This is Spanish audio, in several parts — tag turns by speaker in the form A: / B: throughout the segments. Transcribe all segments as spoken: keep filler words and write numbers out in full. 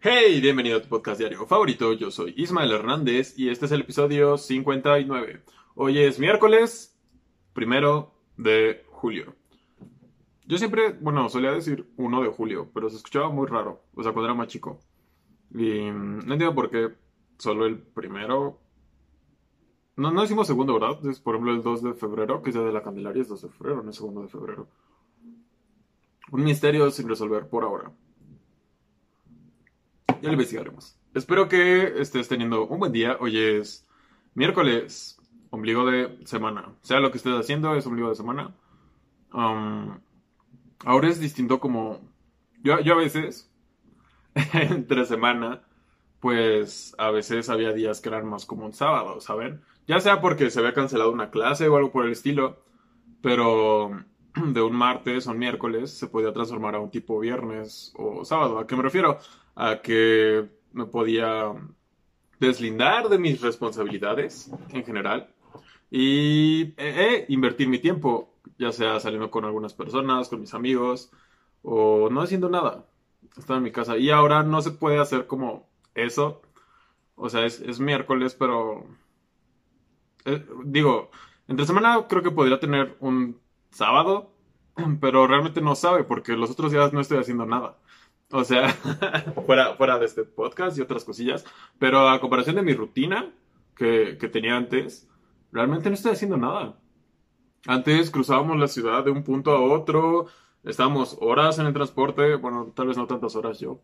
A: Hey, bienvenido a tu podcast diario favorito. Yo soy Ismael Hernández y este es el episodio cincuenta y nueve. Hoy es miércoles primero de julio. Yo siempre, bueno, solía decir uno de julio, pero se escuchaba muy raro, o sea, cuando era más chico. Y mm, no entiendo por qué solo el primero. No, no decimos segundo, ¿verdad? Es, por ejemplo, el dos de febrero, que es día de la Candelaria, es dos de febrero, no es segundo de febrero. Un misterio sin resolver por ahora. Ya lo investigaremos. Espero que estés teniendo un buen día. Hoy es miércoles, ombligo de semana. Sea lo que estés haciendo, es ombligo de semana. Um, Ahora es distinto como... Yo, yo a veces, entre semana, pues a veces había días que eran más como un sábado, ¿saben? Ya sea porque se había cancelado una clase o algo por el estilo, pero de un martes o un miércoles se podía transformar a un tipo viernes o sábado. ¿A qué me refiero? A que me podía deslindar de mis responsabilidades en general y eh, eh, invertir mi tiempo, ya sea saliendo con algunas personas, con mis amigos o no haciendo nada. Estaba en mi casa y ahora no se puede hacer como eso. O sea, es, es miércoles, pero eh, digo, entre semana creo que podría tener un sábado, pero realmente no sabe porque los otros días no estoy haciendo nada. O sea, fuera, fuera de este podcast y otras cosillas, pero a comparación de mi rutina que, que tenía antes, realmente no estoy haciendo nada. Antes cruzábamos la ciudad de un punto a otro, estábamos horas en el transporte, bueno, tal vez no tantas horas yo.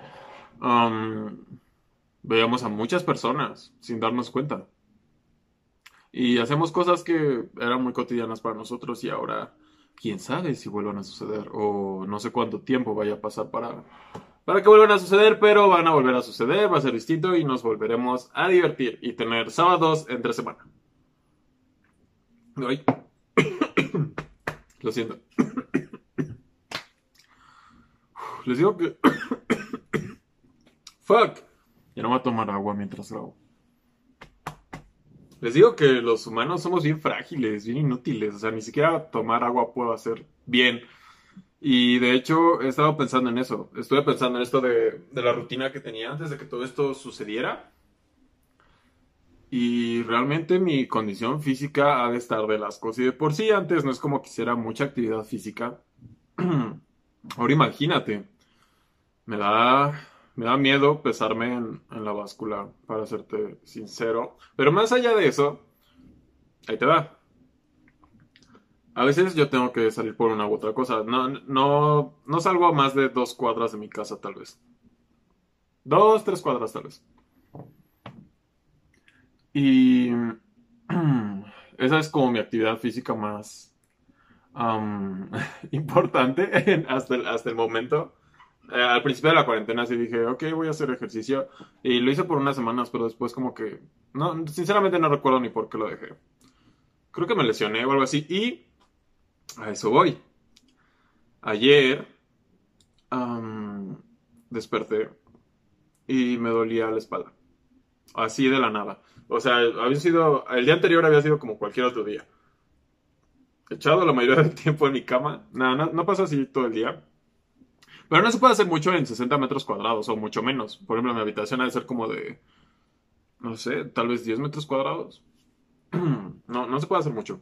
A: Um, Veíamos a muchas personas sin darnos cuenta. Y hacemos cosas que eran muy cotidianas para nosotros y ahora, quién sabe si vuelvan a suceder o no sé cuánto tiempo vaya a pasar para, para que vuelvan a suceder, pero van a volver a suceder, va a ser distinto y nos volveremos a divertir y tener sábados entre semana. Ay, lo siento. Les digo que... Fuck. Ya no voy a tomar agua mientras grabo. Les digo que los humanos somos bien frágiles, bien inútiles. O sea, ni siquiera tomar agua puedo hacer bien. Y de hecho, he estado pensando en eso. Estuve pensando en esto de, de la rutina que tenía antes de que todo esto sucediera. Y realmente mi condición física ha de estar de las cosas. Y de por sí antes no es como quisiera mucha actividad física. Ahora imagínate. Me da, me da miedo pesarme en, en la báscula, para serte sincero. Pero más allá de eso, ahí te va. A veces yo tengo que salir por una u otra cosa. No, no, no salgo a más de dos cuadras de mi casa, tal vez. Dos, tres cuadras, tal vez. Y esa es como mi actividad física más am, importante en- hasta el, hasta el momento. Eh, al principio de la cuarentena sí dije, ok, voy a hacer ejercicio. Y lo hice por unas semanas, pero después como que... No, sinceramente no recuerdo ni por qué lo dejé. Creo que me lesioné o algo así. Y a eso voy. Ayer am, desperté y me dolía la espalda. Así de la nada. O sea, había sido... El día anterior había sido como cualquier otro día. Echado la mayoría del tiempo en mi cama. Nada, no, no pasa así todo el día. Pero no se puede hacer mucho en sesenta metros cuadrados o mucho menos. Por ejemplo, mi habitación ha de ser como de, no sé, tal vez diez metros cuadrados. No, no se puede hacer mucho.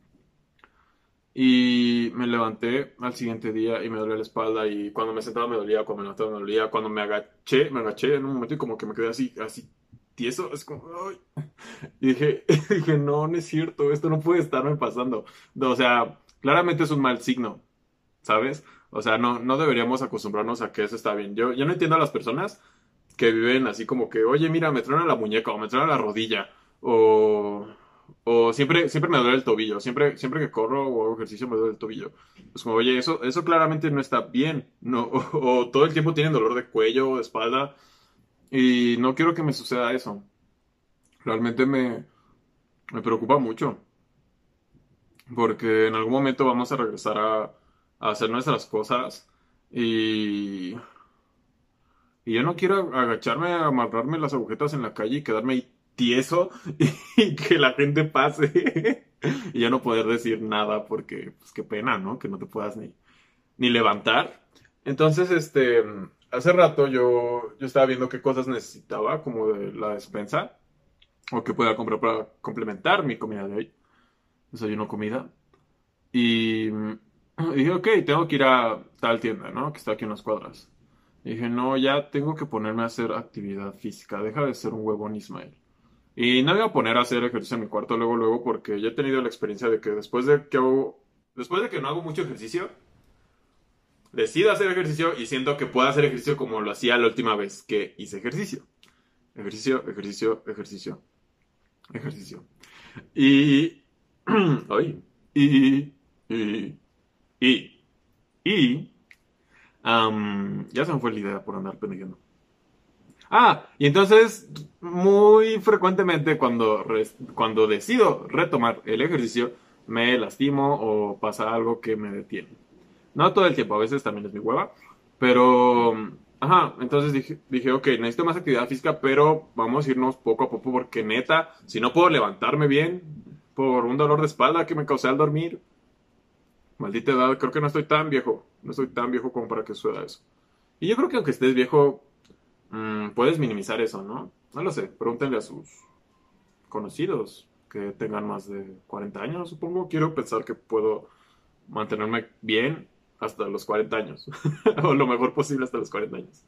A: Y me levanté al siguiente día y me dolía la espalda y cuando me sentaba me dolía, cuando me levantaba me dolía, cuando me agaché, me agaché en un momento y como que me quedé así, así tieso, es como, ay. Y dije, dije, no, no es cierto, esto no puede estarme pasando. No, o sea, claramente es un mal signo, ¿sabes? O sea, no, no deberíamos acostumbrarnos a que eso está bien. Yo, yo no entiendo a las personas que viven así como que, oye, mira, me truena la muñeca o me truena la rodilla o, o siempre, siempre me duele el tobillo, siempre, siempre que corro o hago ejercicio me duele el tobillo. Es como, oye, eso, eso claramente no está bien, no, o, o todo el tiempo tienen dolor de cuello o de espalda y no quiero que me suceda eso. Realmente me, me preocupa mucho porque en algún momento vamos a regresar a, a hacer nuestras cosas y Y yo no quiero agacharme a amarrarme las agujetas en la calle y quedarme ahí tieso y que la gente pase. Y ya no poder decir nada porque, pues qué pena, ¿no? Que no te puedas ni, ni levantar. Entonces, este, hace rato yo, yo estaba viendo qué cosas necesitaba como de la despensa o que pueda comprar para complementar mi comida de hoy. Desayuno, comida. Y mm, dije, ok, tengo que ir a tal tienda, ¿no? Que está aquí en las cuadras. Y dije, no, ya tengo que ponerme a hacer actividad física. Deja de ser un huevón, Ismael. Y no me voy a poner a hacer ejercicio en mi cuarto luego, luego, porque ya he tenido la experiencia de que después de que hago, después de que no hago mucho ejercicio, decido hacer ejercicio y siento que puedo hacer ejercicio como lo hacía la última vez que hice ejercicio. Ejercicio, ejercicio, ejercicio, ejercicio. Y, ay, y, y, y, y, am, ya se me fue la idea por andar pendejeando. Ah, y entonces, muy frecuentemente cuando, res- cuando decido retomar el ejercicio, me lastimo o pasa algo que me detiene. No todo el tiempo, a veces también es mi hueva, pero, ajá, entonces dije, dije, ok, necesito más actividad física, pero vamos a irnos poco a poco porque neta, si no puedo levantarme bien por un dolor de espalda que me causé al dormir, maldita edad, creo que no estoy tan viejo, no estoy tan viejo como para que suceda eso. Y yo creo que aunque estés viejo, mm, puedes minimizar eso, ¿no? No lo sé, pregúntenle a sus conocidos que tengan más de cuarenta años, supongo. Quiero pensar que puedo mantenerme bien hasta los cuarenta años, o lo mejor posible hasta los cuarenta años.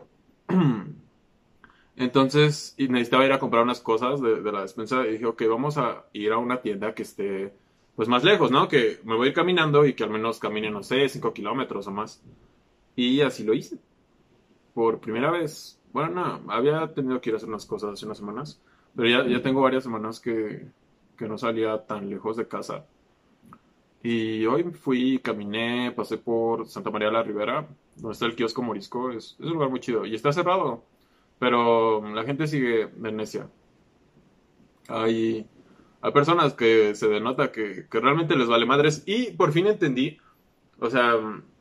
A: Entonces, y necesitaba ir a comprar unas cosas de, de la despensa y dije, ok, vamos a ir a una tienda que esté, pues, más lejos, ¿no? Que me voy a ir caminando y que al menos camine, no sé, cinco kilómetros o más. Y así lo hice, por primera vez. Bueno, no, había tenido que ir a hacer unas cosas hace unas semanas, pero ya, ya tengo varias semanas que, que no salía tan lejos de casa. Y hoy fui, caminé, pasé por Santa María de la Ribera, donde está el kiosco Morisco. Es, es un lugar muy chido. Y está cerrado, pero la gente sigue de necia. Hay, hay personas que se denota que, que realmente les vale madres. Y por fin entendí, o sea,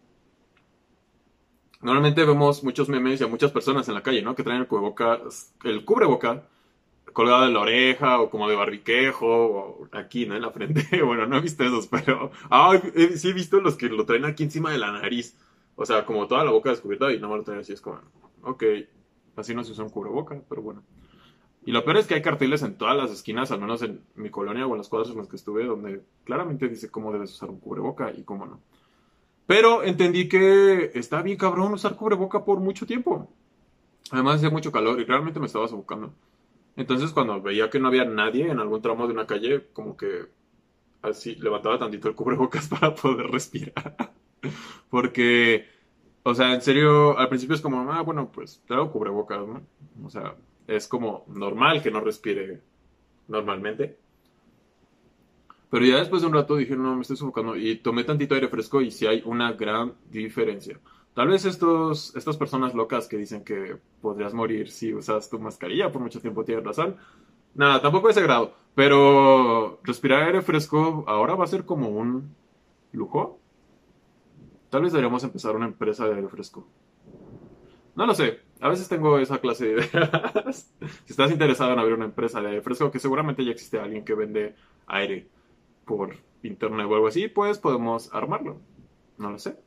A: normalmente vemos muchos memes y a muchas personas en la calle, ¿no? Que traen el cubrebocas, el cubreboca colgado de la oreja o como de barbiquejo o aquí, ¿no? En la frente. Bueno, no he visto esos, pero... Ah, he- sí he visto los que lo traen aquí encima de la nariz. O sea, como toda la boca descubierta y no me lo traen así. Es como, ok, así no se usa un cubreboca, pero bueno. Y lo peor es que hay carteles en todas las esquinas, al menos en mi colonia o en las cuadras en las que estuve, donde claramente dice cómo debes usar un cubreboca y cómo no. Pero entendí que está bien cabrón usar cubreboca por mucho tiempo. Además hacía mucho calor y realmente me estaba sofocando. Entonces, cuando veía que no había nadie en algún tramo de una calle, como que así levantaba tantito el cubrebocas para poder respirar. Porque, o sea, en serio, al principio es como, ah, bueno, pues traigo cubrebocas, ¿no? O sea, es como normal que no respire normalmente. Pero ya después de un rato dije, no, me estoy sofocando. Y tomé tantito aire fresco y sí hay una gran diferencia. Tal vez estos, estas personas locas que dicen que podrías morir si usas tu mascarilla por mucho tiempo tienen razón. Nada, tampoco es grado. Pero respirar aire fresco ahora va a ser como un lujo. Tal vez deberíamos empezar una empresa de aire fresco. No lo sé. A veces tengo esa clase de ideas. Si estás interesado en abrir una empresa de aire fresco, que seguramente ya existe alguien que vende aire por internet o algo así, pues podemos armarlo. No lo sé.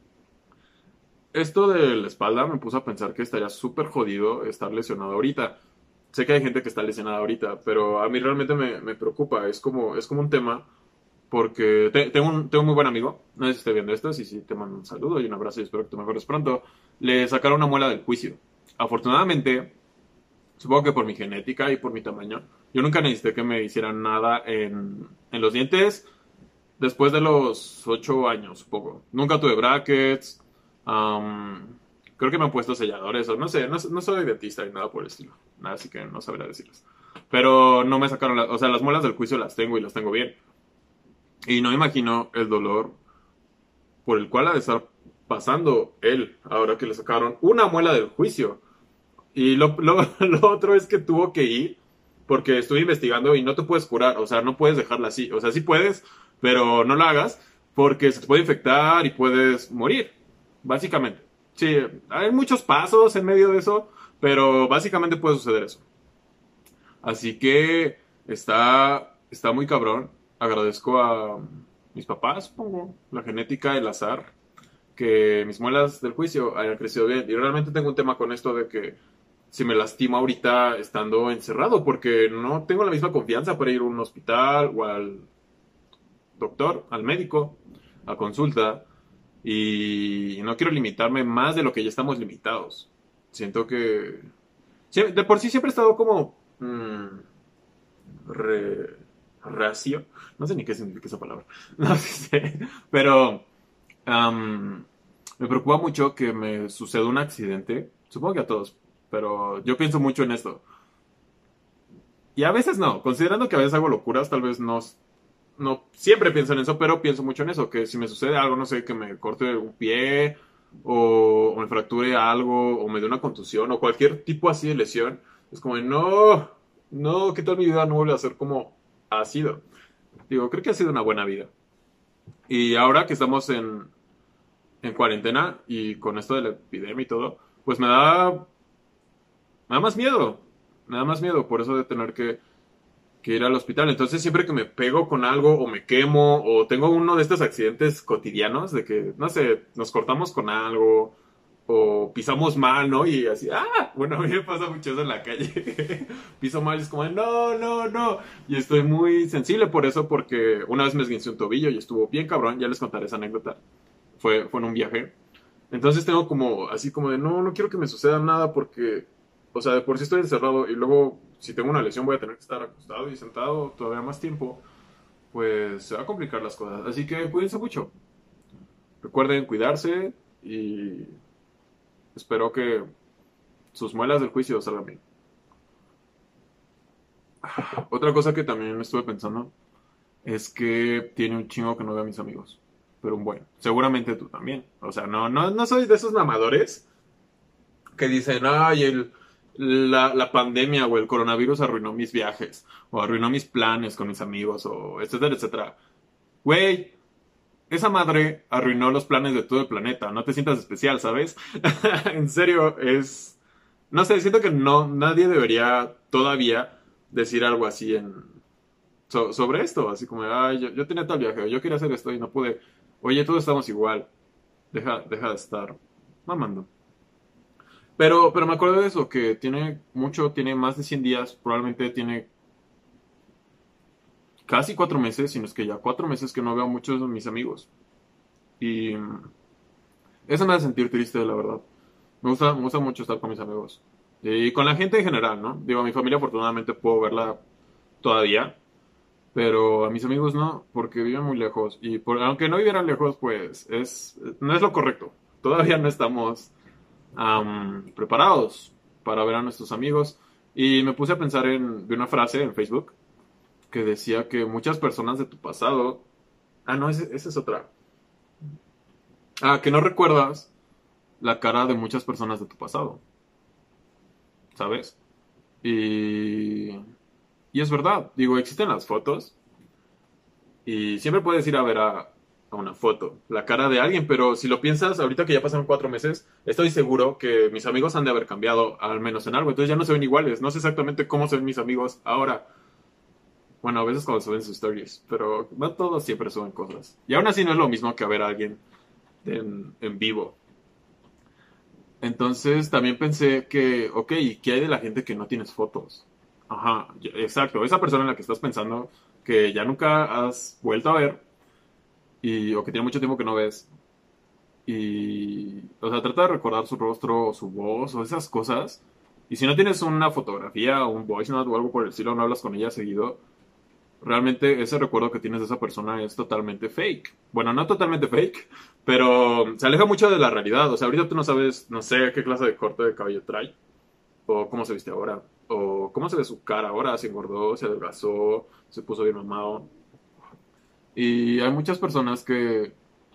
A: Esto de la espalda me puso a pensar que estaría súper jodido estar lesionado ahorita. Sé que hay gente que está lesionada ahorita, pero a mí realmente me, me preocupa. Es como, es como un tema porque te- tengo un, tengo un muy buen amigo. No sé si esté viendo esto, sí, sí, te mando un saludo y un abrazo y espero que te mejores pronto. Le sacaron una muela del juicio. Afortunadamente, supongo que por mi genética y por mi tamaño, yo nunca necesité que me hicieran nada en, en los dientes después de los ocho años, supongo. Nunca tuve brackets. am, Creo que me han puesto selladores o no sé, no, no soy dentista ni nada por el estilo. Nada, así que no sabría decirles. Pero no me sacaron, la- o sea, las muelas del juicio las tengo y las tengo bien. Y no me imagino el dolor por el cual ha de estar pasando él ahora que le sacaron una muela del juicio. Y lo, lo, lo otro es que tuvo que ir porque estuve investigando y no te puedes curar, o sea, no puedes dejarla así. O sea, sí puedes, pero no lo hagas porque se te puede infectar y puedes morir, básicamente. Sí, hay muchos pasos en medio de eso, pero básicamente puede suceder eso. Así que está, está muy cabrón. Agradezco a mis papás, supongo, la genética, el azar que mis muelas del juicio hayan crecido bien. Y realmente tengo un tema con esto de que si me lastimo ahorita estando encerrado, porque no tengo la misma confianza para ir a un hospital o al doctor, al médico, a consulta, y no quiero limitarme más de lo que ya estamos limitados. Siento que... sí, de por sí siempre he estado como... mm, re- reacio. No sé ni qué significa esa palabra. No sé. Pero am, me preocupa mucho que me suceda un accidente. Supongo que a todos. Pero yo pienso mucho en esto. Y a veces no. Considerando que a veces hago locuras, tal vez no, no siempre pienso en eso, pero pienso mucho en eso. Que si me sucede algo, no sé, que me corte un pie o, o me fracture algo o me dé una contusión o cualquier tipo así de lesión, es como, de, no, no, ¿qué tal mi vida no vuelve a ser como ha sido? Digo, creo que ha sido una buena vida. Y ahora que estamos en, en cuarentena y con esto de la epidemia y todo, pues me da, me da más miedo. Me da más miedo por eso de tener que, que ir al hospital. Entonces siempre que me pego con algo o me quemo o tengo uno de estos accidentes cotidianos de que, no sé, nos cortamos con algo o pisamos mal, ¿no? Y así, ah, bueno, a mí me pasa mucho eso en la calle. Piso mal y es como, no, no, no. Y estoy muy sensible por eso porque una vez me esguincé un tobillo y estuvo bien cabrón, ya les contaré esa anécdota. Fue, fue en un viaje. Entonces tengo como, así como de, no, no quiero que me suceda nada porque, o sea, de por sí estoy encerrado y luego si tengo una lesión voy a tener que estar acostado y sentado todavía más tiempo, pues se va a complicar las cosas. Así que cuídense mucho. Recuerden cuidarse y espero que sus muelas del juicio salgan bien. Otra cosa que también estuve pensando es que tiene un chingo que no veo a mis amigos. Pero un buen. Seguramente tú también. O sea, no, no, no soy de esos mamadores que dicen, ay, el, la, la pandemia o el coronavirus arruinó mis viajes, o arruinó mis planes con mis amigos, o etcétera, etcétera. Güey, esa madre arruinó los planes de todo el planeta. No te sientas especial, ¿sabes? En serio, es... no sé, siento que no, nadie debería todavía decir algo así en... so- sobre esto. Así como, ay, yo, yo tenía tal viaje, o yo quería hacer esto y no pude. Oye, todos estamos igual. Deja, deja de estar mamando. Pero, pero me acuerdo de eso, que tiene mucho, tiene más de cien días, probablemente tiene casi cuatro meses, sino es que ya cuatro meses que no veo a muchos de mis amigos. Y mm, eso me hace sentir triste, la verdad. Me gusta, me gusta mucho estar con mis amigos. Y con la gente en general, ¿no? Digo, a mi familia afortunadamente puedo verla todavía, pero a mis amigos no, porque viven muy lejos. Y por- aunque no vivieran lejos, pues es, no es lo correcto. Todavía no estamos am, preparados para ver a nuestros amigos. Y me puse a pensar en, de una frase en Facebook que decía que muchas personas de tu pasado... Ah, no, ese- esa es otra. Ah, que no recuerdas la cara de muchas personas de tu pasado, ¿sabes? Y... y es verdad, digo, existen las fotos y siempre puedes ir a ver a, a una foto, la cara de alguien, pero si lo piensas, ahorita que ya pasaron cuatro meses, estoy seguro que mis amigos han de haber cambiado, al menos en algo, entonces ya no se ven iguales, no sé exactamente cómo se ven mis amigos ahora. Bueno, a veces cuando suben sus stories, pero no todos siempre suben cosas. Y aún así no es lo mismo que ver a alguien en, en vivo. Entonces también pensé que, ok, ¿y qué hay de la gente que no tienes fotos? Ajá, ya- exacto, esa persona en la que estás pensando que ya nunca has vuelto a ver y, o que tiene mucho tiempo que no ves. Y, o sea, trata de recordar su rostro o su voz o esas cosas. Y si no tienes una fotografía o un voice note o algo por el estilo, no hablas con ella seguido, realmente ese recuerdo que tienes de esa persona es totalmente fake. Bueno, no totalmente fake, pero se aleja mucho de la realidad. O sea, ahorita tú no sabes, no sé qué clase de corte de cabello trae, o cómo se viste ahora, o cómo se ve su cara ahora, se engordó, se adelgazó, se puso bien mamado. Y hay muchas personas que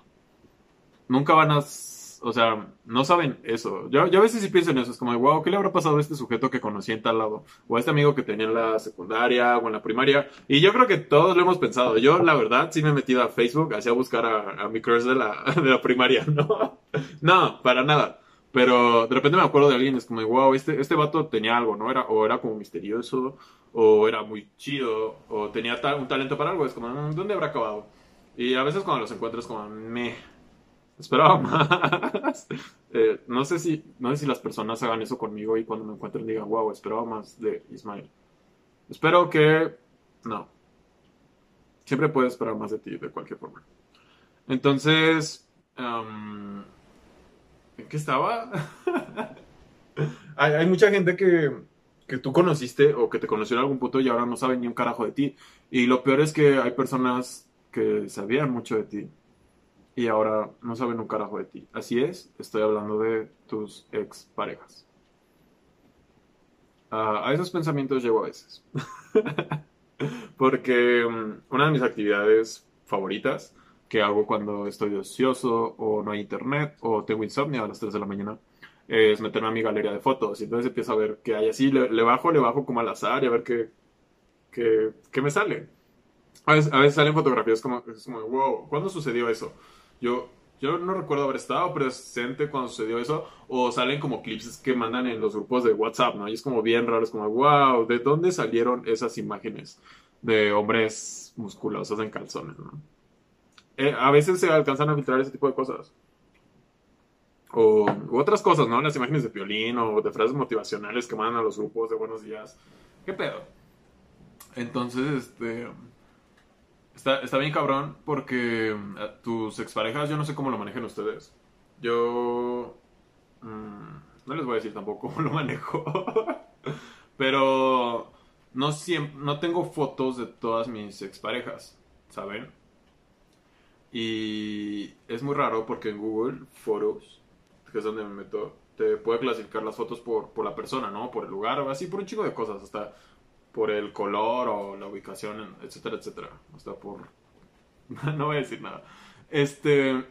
A: nunca van a, s- o sea, no saben eso. Yo, yo a veces sí pienso en eso, es como, wow, ¿qué le habrá pasado a este sujeto que conocí en tal lado? O a este amigo que tenía en la secundaria o en la primaria. Y yo creo que todos lo hemos pensado. Yo, la verdad, sí me he metido a Facebook, así a buscar a, a mi crush de la, de la primaria, ¿no? No, para nada. Pero de repente me acuerdo de alguien, es como, wow, este, este vato tenía algo, ¿no? Era, o era como misterioso, o era muy chido, o tenía ta- un talento para algo. Es como, "Mm, ¿dónde habrá acabado?" Y a veces cuando los encuentro es como, meh. esperaba más. Eh, no sé si, no sé si las personas hagan eso conmigo y cuando me encuentren digan, wow, esperaba más de Ismael. Espero que no. Siempre puedes esperar más de ti de cualquier forma. Entonces, um, ¿en qué estaba? hay, hay mucha gente que, que tú conociste o que te conoció en algún punto y ahora no saben ni un carajo de ti. Y lo peor es que hay personas que sabían mucho de ti y ahora no saben un carajo de ti. Así es, estoy hablando de tus ex parejas. Uh, a esos pensamientos llego a veces. Porque um, una de mis actividades favoritas que hago cuando estoy ocioso o no hay internet o tengo insomnio a las tres de la mañana es meterme a mi galería de fotos y entonces empiezo a ver qué hay así, le, le bajo, le bajo como al azar y a ver qué, qué, qué me sale. A veces, a veces salen fotografías como, es como, wow, ¿cuándo sucedió eso? Yo, yo no recuerdo haber estado presente cuando sucedió eso, o salen como clips que mandan en los grupos de WhatsApp, ¿no? Y es como bien raro, es como, wow, ¿de dónde salieron esas imágenes de hombres musculosos en calzones, ¿no? Eh, a veces se alcanzan a filtrar ese tipo de cosas. O u otras cosas, ¿no? Las imágenes de Piolín o de frases motivacionales que mandan a los grupos de buenos días. ¿Qué pedo? Entonces, este... Está, está bien cabrón porque eh, tus exparejas, yo no sé cómo lo manejan ustedes. Yo... mm, no les voy a decir tampoco cómo lo manejo. Pero no, siempre, no tengo fotos de todas mis exparejas, ¿saben? Y es muy raro porque en Google Fotos, que es donde me meto, te puede clasificar las fotos por, por la persona, ¿no? Por el lugar, o así, por un chico de cosas, hasta por el color o la ubicación, etcétera, etcétera. Hasta por... no voy a decir nada. Este...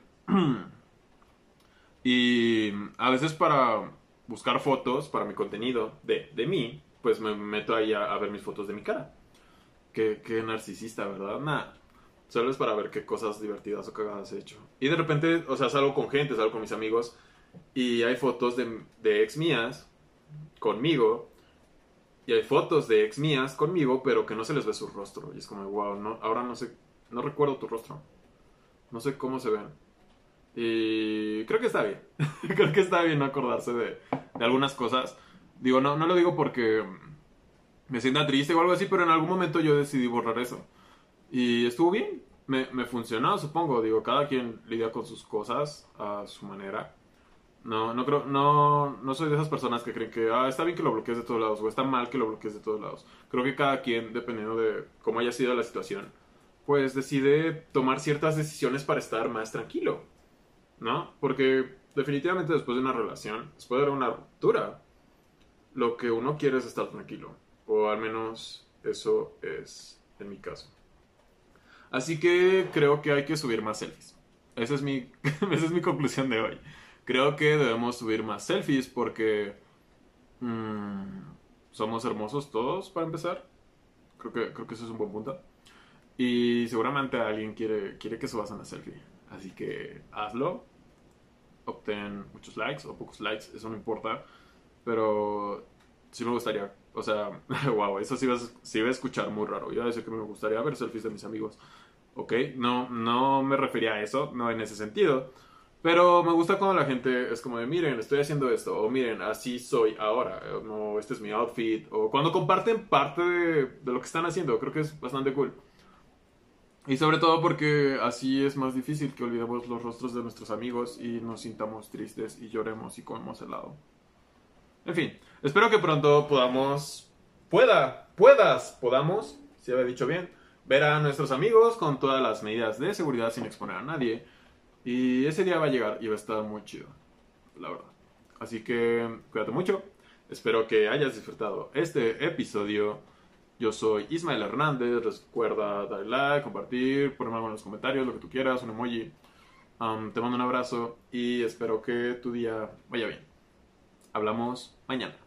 A: y a veces para buscar fotos para mi contenido de, de mí, pues me meto ahí a, a ver mis fotos de mi cara. Qué, qué narcisista, ¿verdad? Nada. Solo es para ver qué cosas divertidas o cagadas he hecho. Y de repente, o sea, salgo con gente, salgo con mis amigos y hay fotos de, de ex mías conmigo y hay fotos de ex mías conmigo, pero que no se les ve su rostro. Y es como, wow, no, ahora no sé, no recuerdo tu rostro. No sé cómo se ven. Y creo que está bien. Creo que está bien no acordarse de, de algunas cosas. Digo, no, no lo digo porque me sienta triste o algo así, pero en algún momento yo decidí borrar eso. Y estuvo bien. Me, me funcionó, supongo. Digo, cada quien lidia con sus cosas a su manera. No, no creo, no, no soy de esas personas que creen que ah, está bien que lo bloquees de todos lados o está mal que lo bloquees de todos lados. Creo que cada quien, dependiendo de cómo haya sido la situación, pues decide tomar ciertas decisiones para estar más tranquilo, ¿no? Porque definitivamente después de una relación, después de una ruptura, lo que uno quiere es estar tranquilo. O al menos eso es en mi caso. Así que creo que hay que subir más selfies. Esa es mi, esa es mi conclusión de hoy. Creo que debemos subir más selfies porque mmm, somos hermosos todos para empezar. Creo que, creo que eso es un buen punto. Y seguramente alguien quiere, quiere que subas una selfie. Así que hazlo. Obtén muchos likes o pocos likes, eso no importa. Pero sí me gustaría, o sea, wow, eso sí va, a, sí va a escuchar muy raro. Yo a decir que me gustaría ver selfies de mis amigos. Ok, no, no me refería a eso, no en ese sentido. Pero me gusta cuando la gente es como de, miren, estoy haciendo esto, o miren, así soy ahora, o este es mi outfit, o cuando comparten parte de, de lo que están haciendo, creo que es bastante cool. Y sobre todo porque así es más difícil que olvidemos los rostros de nuestros amigos y nos sintamos tristes y lloremos y comemos helado. En fin, espero que pronto podamos, pueda, puedas, podamos, si había dicho bien, ver a nuestros amigos con todas las medidas de seguridad sin exponer a nadie. Y ese día va a llegar y va a estar muy chido, la verdad. Así que cuídate mucho. Espero que hayas disfrutado este episodio. Yo soy Ismael Hernández. Recuerda darle like, compartir, ponerme algo en los comentarios, lo que tú quieras, un emoji. Um, te mando un abrazo y espero que tu día vaya bien. Hablamos mañana.